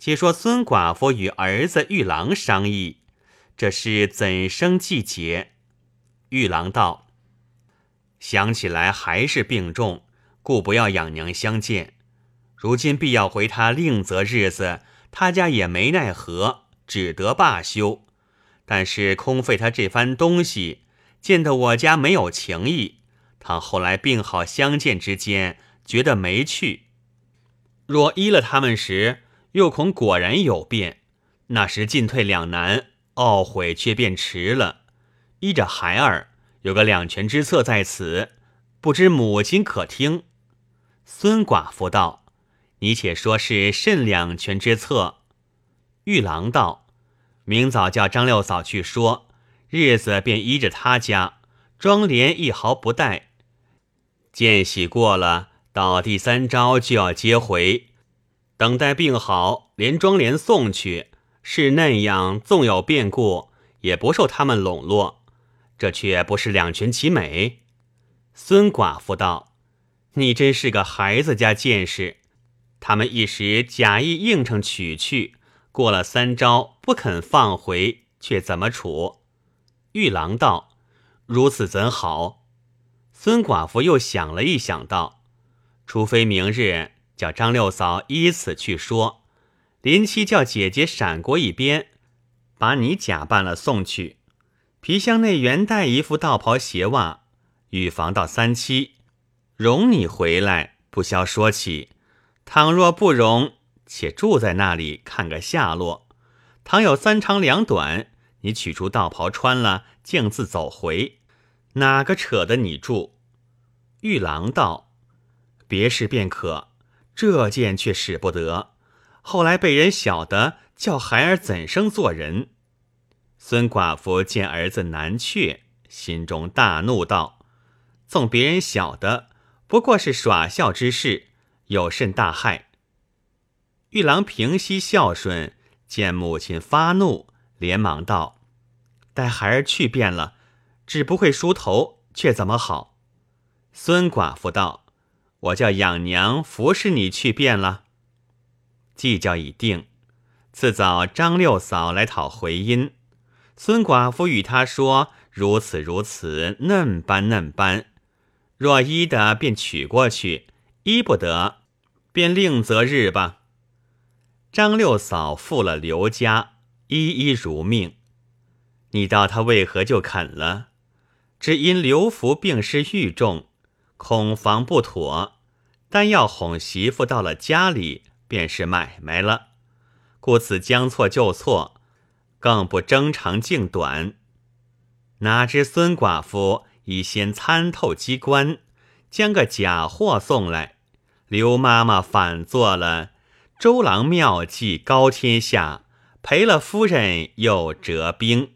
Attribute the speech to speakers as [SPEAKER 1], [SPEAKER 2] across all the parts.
[SPEAKER 1] 且说孙寡妇与儿子玉郎商议，这事怎生计节？玉郎道：想起来还是病重，故不要养娘相见。如今必要回他另择日子，他家也没奈何，只得罢休。但是空费他这番东西，见得我家没有情义，倘后来病好相见之间，觉得没趣。若依了他们时，又恐果然有变，那时进退两难，懊悔却便迟了。依着孩儿，有个两全之策在此，不知母亲可听？孙寡妇道：你且说是甚两全之策？玉郎道：明早叫张六嫂去说，日子便依着他家，妆奁一毫不带。见喜过了，到第3朝就要接回，等待病好，连妆奁送去，是那样，纵有变故，也不受他们笼络，这却不是两全其美？孙寡妇道：你真是个孩子家见识，他们一时假意应承娶去，过了3朝不肯放回，却怎么处？玉郎道：如此怎好？孙寡妇又想了一想道：除非明日叫张六嫂依此去说，临期叫姐姐闪过一边，把你假扮了送去，皮箱内原带一副道袍鞋袜，预防到3期，容你回来，不消说起。倘若不容，且住在那里看个下落。倘有3长2短，你取出道袍穿了，径自走回，哪个扯得你住？玉郎道：别事便可，这件却使不得，后来被人晓得，叫孩儿怎生做人？孙寡妇见儿子难却，心中大怒道：纵别人晓得，不过是耍笑之事，有甚大害？玉郎平息孝顺，见母亲发怒，连忙道：待孩儿去便了，只不会梳头，却怎么好？孙寡妇道：我叫养娘服侍你去便了。计较已定，次早张六嫂来讨回音，孙寡妇与他说如此如此，嫩般嫩般，若依的便取过去，依不得便另择日吧。张六嫂负了刘家，一一如命。你道他为何就肯了？只因刘福病势愈重，恐防不妥，单要哄媳妇到了家里，便是买卖了，故此将错就错，更不争长竞短。哪知孙寡妇已先参透机关，将个假货送来，刘妈妈反做了周郎妙计高天下，赔了夫人又折兵。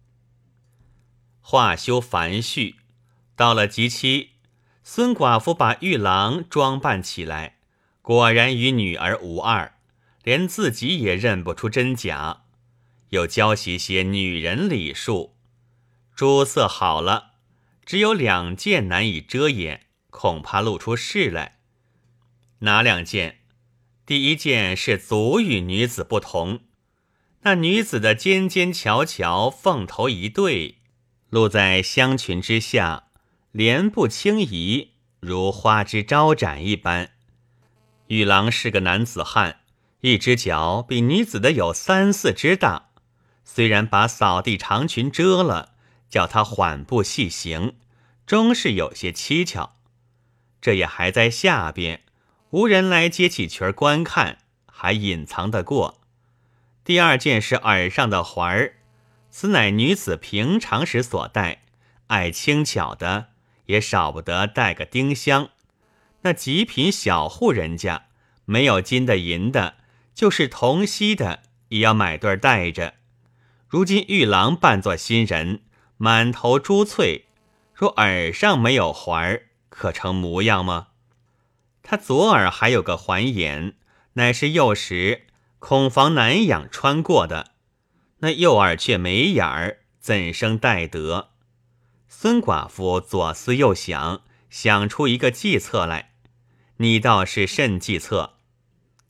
[SPEAKER 1] 话休繁序，到了吉期，孙寡妇把玉郎装扮起来，果然与女儿无二，连自己也认不出真假。又教习些女人礼数，诸色好了，只有2件难以遮掩，恐怕露出事来。哪2件？第1件是足与女子不同，那女子的尖尖巧巧，凤头一对，露在香裙之下，莲步轻移，如花枝招展一般。玉郎是个男子汉，一只脚比女子的有3、4只大，虽然把扫地长裙遮了，叫他缓步细行，终是有些蹊跷。这也还在下边，无人来接起裙观看，还隐藏得过。第2件是耳上的环儿，此乃女子平常时所戴，爱轻巧的，也少不得带个丁香。那极品小户人家，没有金的银的，就是铜锡的，也要买对带着。如今玉郎扮作新人，满头珠翠，若耳上没有环儿，可成模样吗？他左耳还有个环眼，乃是幼时恐防难养穿过的，那右耳却没眼儿，怎生戴得？孙寡妇左思右想，想出一个计策来。你道是甚计策？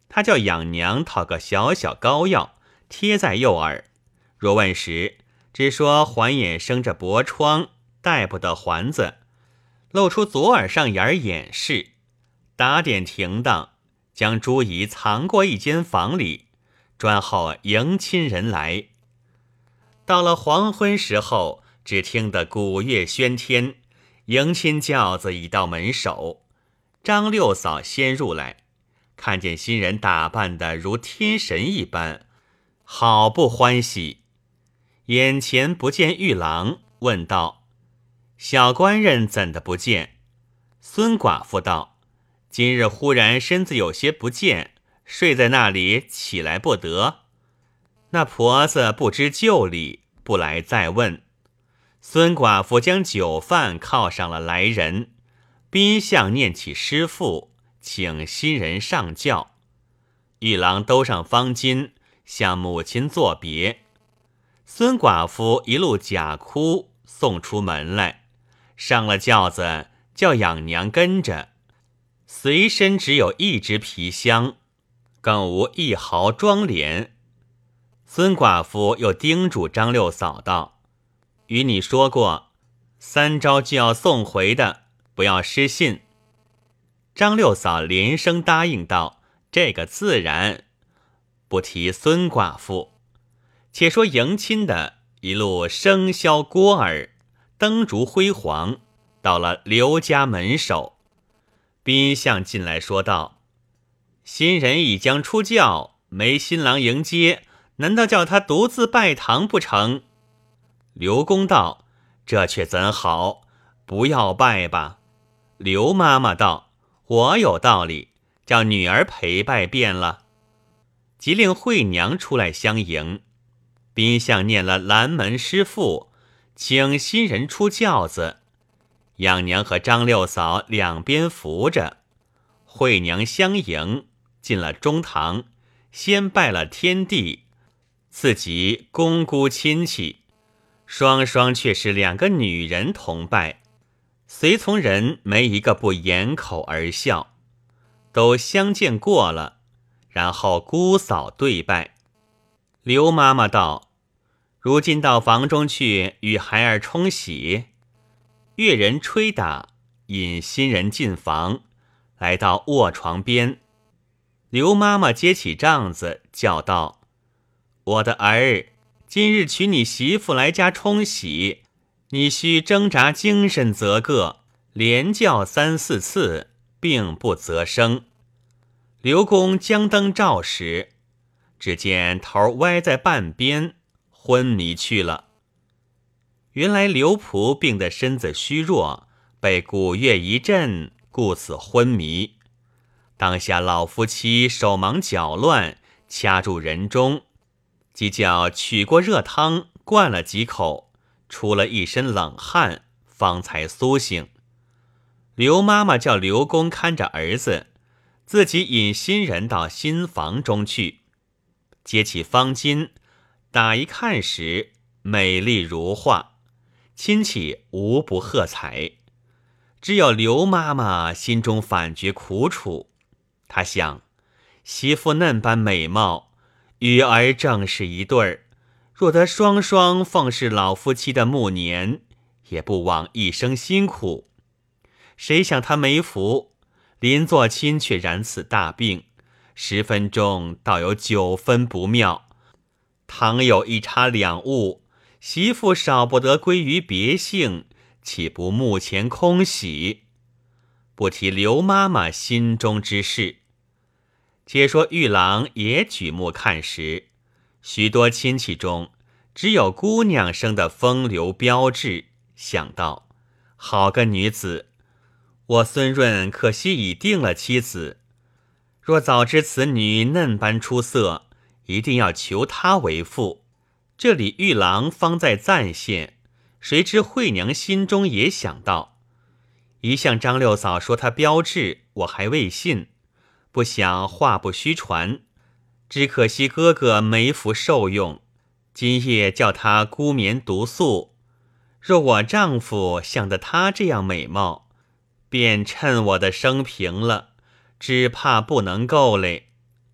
[SPEAKER 1] 他叫养娘讨个小小膏药，贴在右耳。若问时，只说环眼生着薄疮，戴不得环子，露出左耳上眼掩饰。打点停当，将朱姨藏过一间房里，专候迎亲人来。到了黄昏时候，只听得鼓乐喧天，迎亲轿子已到门首。张六嫂先入来，看见新人打扮得如天神一般，好不欢喜。眼前不见玉郎，问道：小官人怎的不见？孙寡妇道：今日忽然身子有些不健，睡在那里起来不得。那婆子不知旧礼，不来再问。孙寡妇将酒饭犒上了来人，宾相念起师父，请新人上轿。玉郎兜上方巾，向母亲作别。孙寡妇一路假哭送出门来，上了轿子，叫养娘跟着，随身只有一只皮箱，更无一毫妆奁。孙寡妇又叮嘱张六嫂道：与你说过，3朝就要送回的，不要失信。张六嫂连声答应道：这个自然。不提孙寡妇，且说迎亲的一路笙箫郭耳，灯烛辉煌，到了刘家门首。宾相进来说道：新人已将出轿，没新郎迎接，难道叫他独自拜堂不成？刘公道：这却怎好，不要拜吧。刘妈妈道：我有道理，叫女儿陪拜便了。即令惠娘出来相迎。宾相念了拦门师父，请新人出轿子，养娘和张六嫂两边扶着，惠娘相迎，进了中堂，先拜了天地，次及公姑亲戚，双双却是2个女人同拜，随从人没一个不掩口而笑，都相见过了，然后姑嫂对拜。刘妈妈道：如今到房中去与孩儿冲喜。乐人吹打，引新人进房，来到卧床边。刘妈妈接起帐子，叫道：我的儿，今日娶你媳妇来家冲喜，你须挣扎精神则个，连叫3、4次，并不择声。刘公将灯照时，只见头歪在半边，昏迷去了。原来刘仆病得身子虚弱，被鼓乐一震，故此昏迷。当下老夫妻手忙脚乱，掐住人中，即叫取过热汤灌了几口，出了一身冷汗，方才苏醒。刘妈妈叫刘公看着儿子，自己引新人到新房中去，接起方巾，打一看时，美丽如画，亲戚无不喝彩。只有刘妈妈心中反觉苦楚，她想，媳妇嫩般美貌，与儿正是一对儿，若得双双奉侍老夫妻的暮年，也不枉一生辛苦。谁想她没福，临做亲却染此大病，10分钟倒有9分不妙。倘有一差两误，媳妇少不得归于别姓，岂不目前空喜？不提刘妈妈心中之事。且说玉郎也举目看时，许多亲戚中，只有姑娘生的风流标致，想到好个女子，我孙润可惜已定了妻子，若早知此女嫩般出色，一定要求她为妇。这里玉郎方在暂县，谁知惠娘心中也想到，一向张六嫂说她标致，我还未信，不想话不虚传，只可惜哥哥没福受用，今夜叫他孤眠独宿。若我丈夫想得她这样美貌，便趁我的生平了，只怕不能够嘞。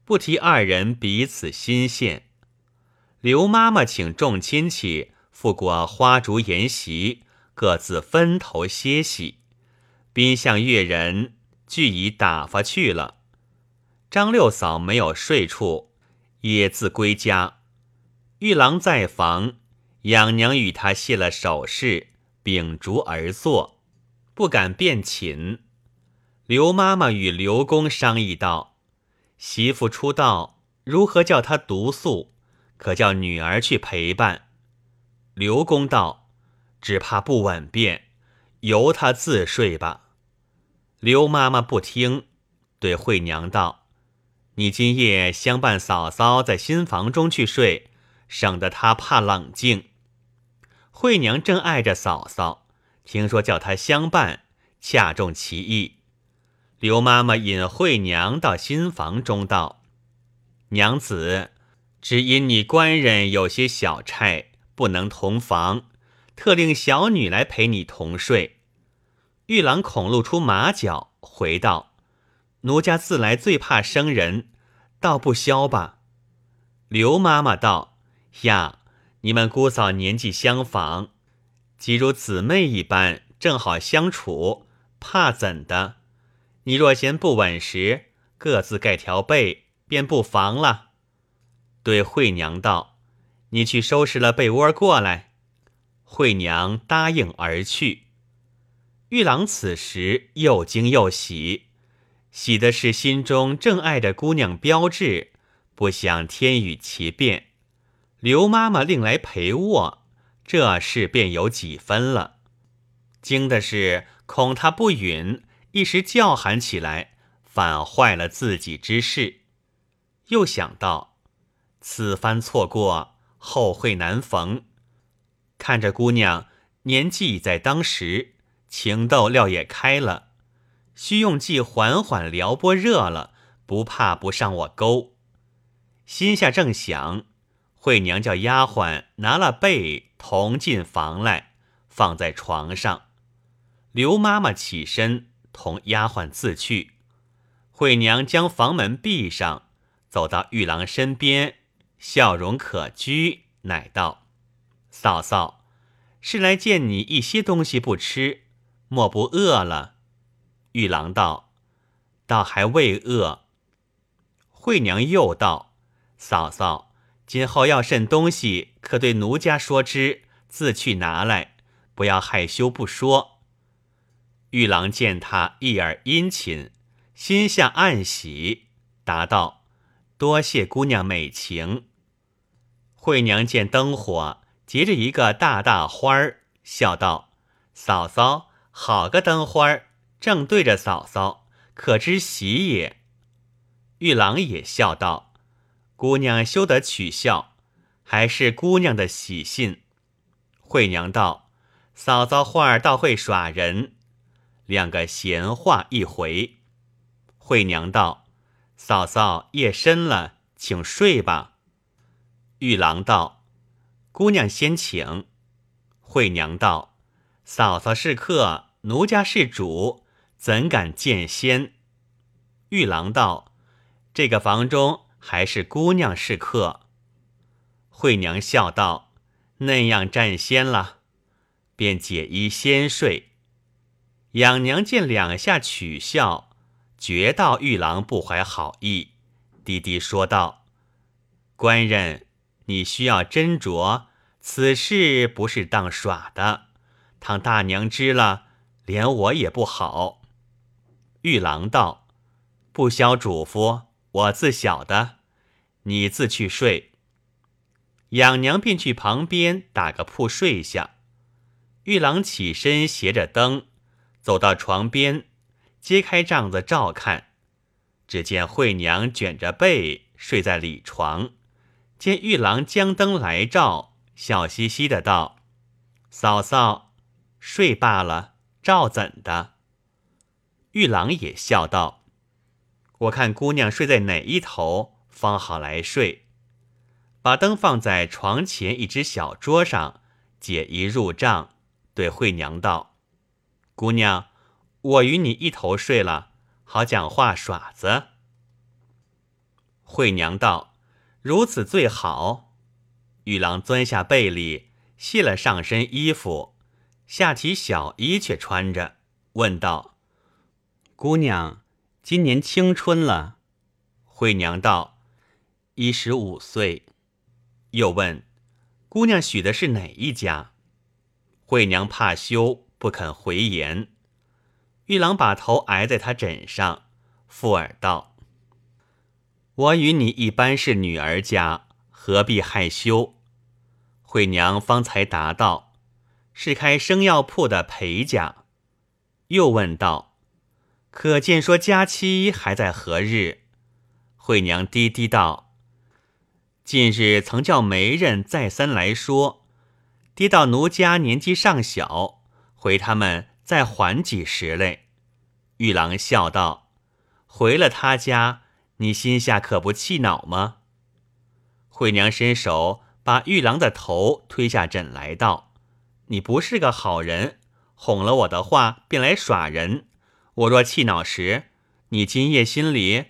[SPEAKER 1] 不提二人彼此心羡。刘妈妈请众亲戚赴过花烛筵席，各自分头歇息。宾相乐人俱已打发去了。张六嫂没有睡处，也自归家。玉郎在房，养娘与他谢了手势，秉烛而坐，不敢便寝。刘妈妈与刘公商议道：媳妇出道，如何叫她独宿？可叫女儿去陪伴。刘公道：只怕不稳便，由她自睡吧。刘妈妈不听，对惠娘道：你今夜相伴嫂嫂在新房中去睡，省得她怕冷静。惠娘正爱着嫂嫂，听说叫她相伴，恰中其意。刘妈妈引惠娘到新房中道：娘子，只因你官人有些小差，不能同房，特令小女来陪你同睡。玉郎恐露出马脚，回道：奴家自来最怕生人，倒不消吧。刘妈妈道：呀，你们姑嫂年纪相仿，即如姊妹一般，正好相处，怕怎的？你若嫌不稳时，各自盖条被，便不妨了。对惠娘道：你去收拾了被窝过来。惠娘答应而去。玉郎此时又惊又喜，喜的是心中正爱着姑娘标致，不想天与其变。刘妈妈另来陪卧，这事便有几分了。惊的是恐她不允，一时叫喊起来，反坏了自己之事。又想到此番错过，后会难逢。看着姑娘年纪已在当时，情窦料也开了，须用计缓缓撩拨热了，不怕不上我钩。心下正想，惠娘叫丫鬟拿了被同进房来，放在床上。刘妈妈起身同丫鬟自去。惠娘将房门闭上，走到玉郎身边，笑容可掬，乃道：嫂嫂，是来见你一些东西不吃，莫不饿了？玉郎道：倒还未饿。惠娘又道：嫂嫂，今后要甚东西，可对奴家说之，自去拿来，不要害羞不说。玉郎见他一耳殷勤，心下暗喜，答道：多谢姑娘美情。惠娘见灯火结着一个大大花儿，笑道：嫂嫂，好个灯花儿，正对着嫂嫂，可知喜也。玉郎也笑道：姑娘休得取笑，还是姑娘的喜信。惠娘道：嫂嫂花儿倒会耍人。两个闲话一回。惠娘道：嫂嫂夜深了，请睡吧。玉郎道：姑娘先请。惠娘道：嫂嫂是客，奴家是主，怎敢见先？玉郎道：这个房中还是姑娘是客。惠娘笑道：那样占先了，便解衣先睡。养娘见两下取笑，觉道玉郎不怀好意，低低说道：官人，你需要斟酌，此事不是当耍的，倘大娘知了，连我也不好。玉郎道：不消嘱咐，我自晓得，你自去睡。养娘便去旁边打个铺睡下。玉郎起身携着灯走到床边，揭开帐子照看，只见惠娘卷着被睡在里床，见玉郎将灯来照，笑嘻嘻的道：嫂嫂睡罢了，照怎的？玉郎也笑道：我看姑娘睡在哪一头，方好来睡。把灯放在床前一只小桌上，解衣入帐，对惠娘道：姑娘，我与你一头睡了，好讲话耍子。 惠娘道：“如此最好。”玉郎钻下被里，卸了上身衣服，下体小衣却穿着，问道：“姑娘，今年青春了？”惠娘道：“15岁。”又问：“姑娘许的是哪一家？”惠娘怕羞，不肯回言。玉郎把头挨在她枕上，附耳道：“我与你一般是女儿家，何必害羞？”惠娘方才答道：“是开生药铺的裴家。”又问道：“可见说佳期还在何日？”惠娘低低道：“近日曾叫媒人再三来说，爹到奴家年纪尚小，回他们再缓几时嘞。”玉郎笑道：“回了他家，你心下可不气恼吗？”惠娘伸手把玉郎的头推下枕来道：“你不是个好人，哄了我的话便来耍人。我若气恼时，你今夜心里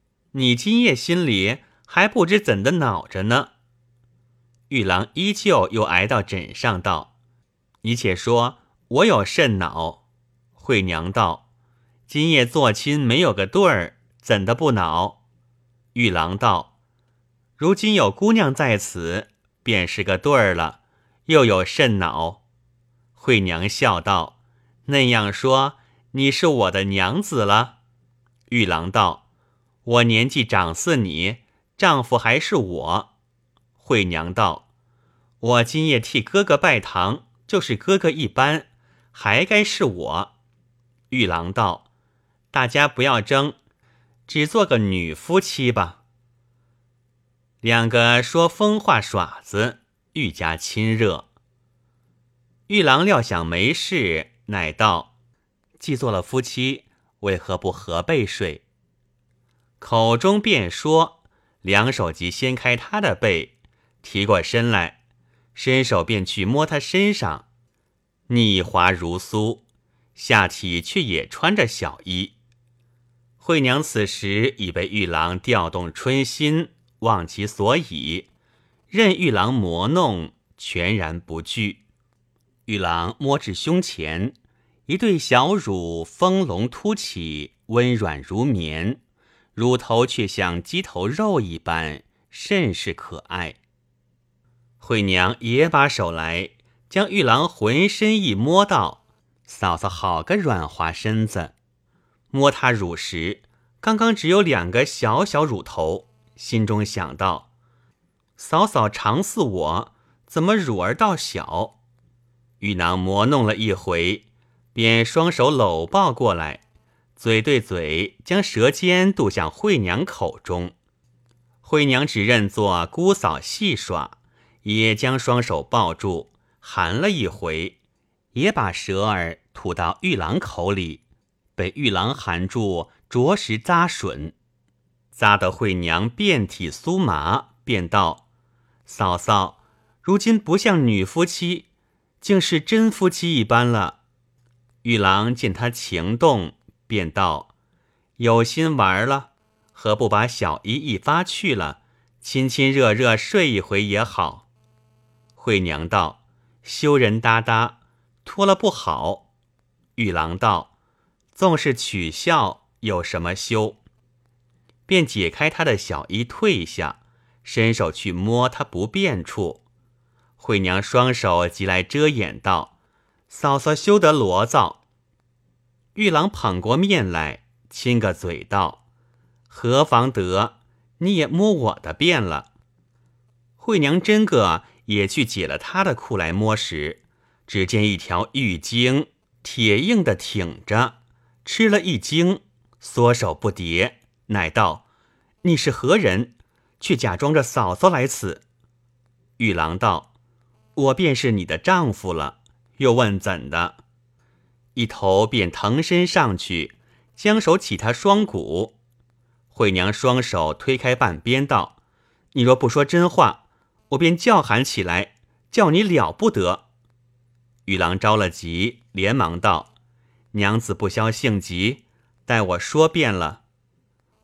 [SPEAKER 1] 还不知怎的恼着呢。”玉郎依旧又挨到枕上道：“你且说我有甚恼？”惠娘道：“今夜做亲没有个对儿，怎的不恼？”玉郎道：“如今有姑娘在此，便是个对儿了，又有甚恼？”惠娘笑道：“那样说，你是我的娘子了？”玉郎道：“我年纪长似你，丈夫还是我。”惠娘道：“我今夜替哥哥拜堂，就是哥哥一般，还该是我。”玉郎道：“大家不要争，只做个女夫妻吧。”两个说疯话耍子，愈加亲热。玉郎料想没事，乃道：“既做了夫妻，为何不合背睡？”口中便说，两手即掀开他的背，提过身来，伸手便去摸他身上，腻滑如酥，下体却也穿着小衣。惠娘此时已被玉郎调动春心，忘其所以，任玉郎磨弄，全然不惧。玉郎摸至胸前，一对小乳丰隆凸起，温软如棉，乳头却像鸡头肉一般，甚是可爱。惠娘也把手来，将玉郎浑身一摸道：“嫂嫂好个软滑身子。”摸他乳时，刚刚只有2个小小乳头，心中想到：“嫂嫂常似我，怎么乳儿倒小？”玉郎磨弄了一回，便双手搂抱过来，嘴对嘴将舌尖渡向惠娘口中。惠娘只认作姑嫂戏耍，也将双手抱住，含了一回，也把舌儿吐到玉郎口里，被玉郎含住，着实咂吮，咂得惠娘遍体酥麻，便道：“嫂嫂，如今不像女夫妻，竟是真夫妻一般了。”玉郎见他情动，便道：“有心玩了，何不把小衣一发去了，亲亲热热睡一回也好。”惠娘道：“羞人哒哒，脱了不好。”玉郎道：“纵是取笑，有什么羞？”便解开他的小衣退下，伸手去摸他不便处。惠娘双手即来遮掩道：“嫂嫂休得罗造。”玉郎捧过面来，亲个嘴道：“何妨得，你也摸我的便了。”惠娘真个也去解了他的裤来摸时，只见一条玉茎铁硬的挺着，吃了一惊，缩手不迭，乃道：“你是何人？却假装着嫂嫂来此？”玉郎道：“我便是你的丈夫了，又问怎的？”一头便腾身上去，将手起他双骨。惠娘双手推开半边道：“你若不说真话，我便叫喊起来，叫你了不得。”玉郎着了急，连忙道：“娘子不消性急，待我说遍了。”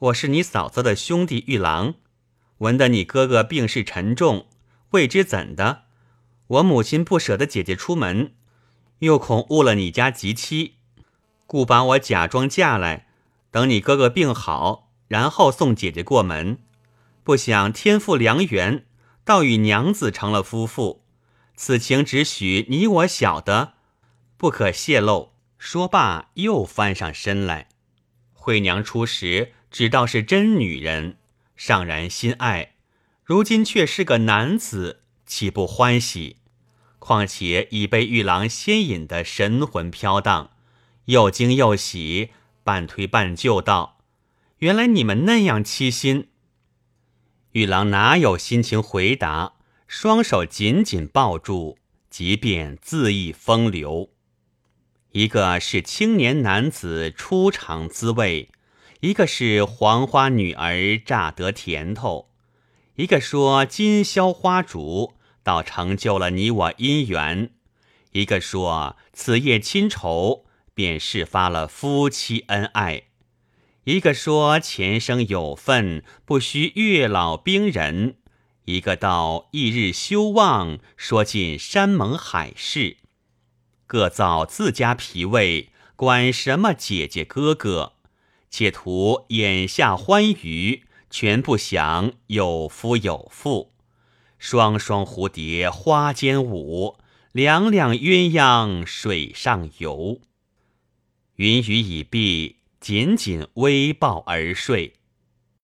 [SPEAKER 1] 我是你嫂子的兄弟玉郎，闻得你哥哥病势沉重，未知怎的，我母亲不舍得姐姐出门，又恐误了你家吉妻，故把我假装嫁来，等你哥哥病好，然后送姐姐过门。不想天父良缘，倒与娘子成了夫妇，此情只许你我晓得，不可泄露。说罢又翻上身来。惠娘初时只道是真女人，尚然心爱，如今却是个男子，岂不欢喜？况且已被玉郎先引得神魂飘荡，又惊又喜，半推半就道：原来你们那样欺心。玉郎哪有心情回答，双手紧紧抱住，即便恣意风流。一个是青年男子初尝滋味，一个是黄花女儿乍得甜头，一个说今宵花烛倒成就了你我姻缘，一个说此夜亲愁便事发了夫妻恩爱，一个说前生有份不须月老冰人，一个道翌日休望说尽山盟海誓，各造自家脾胃，管什么姐姐哥哥，且图眼下欢愉，全不想有夫有妇。双双蝴蝶花间舞，两两鸳鸯水上游。云雨已毕，紧紧微抱而睡。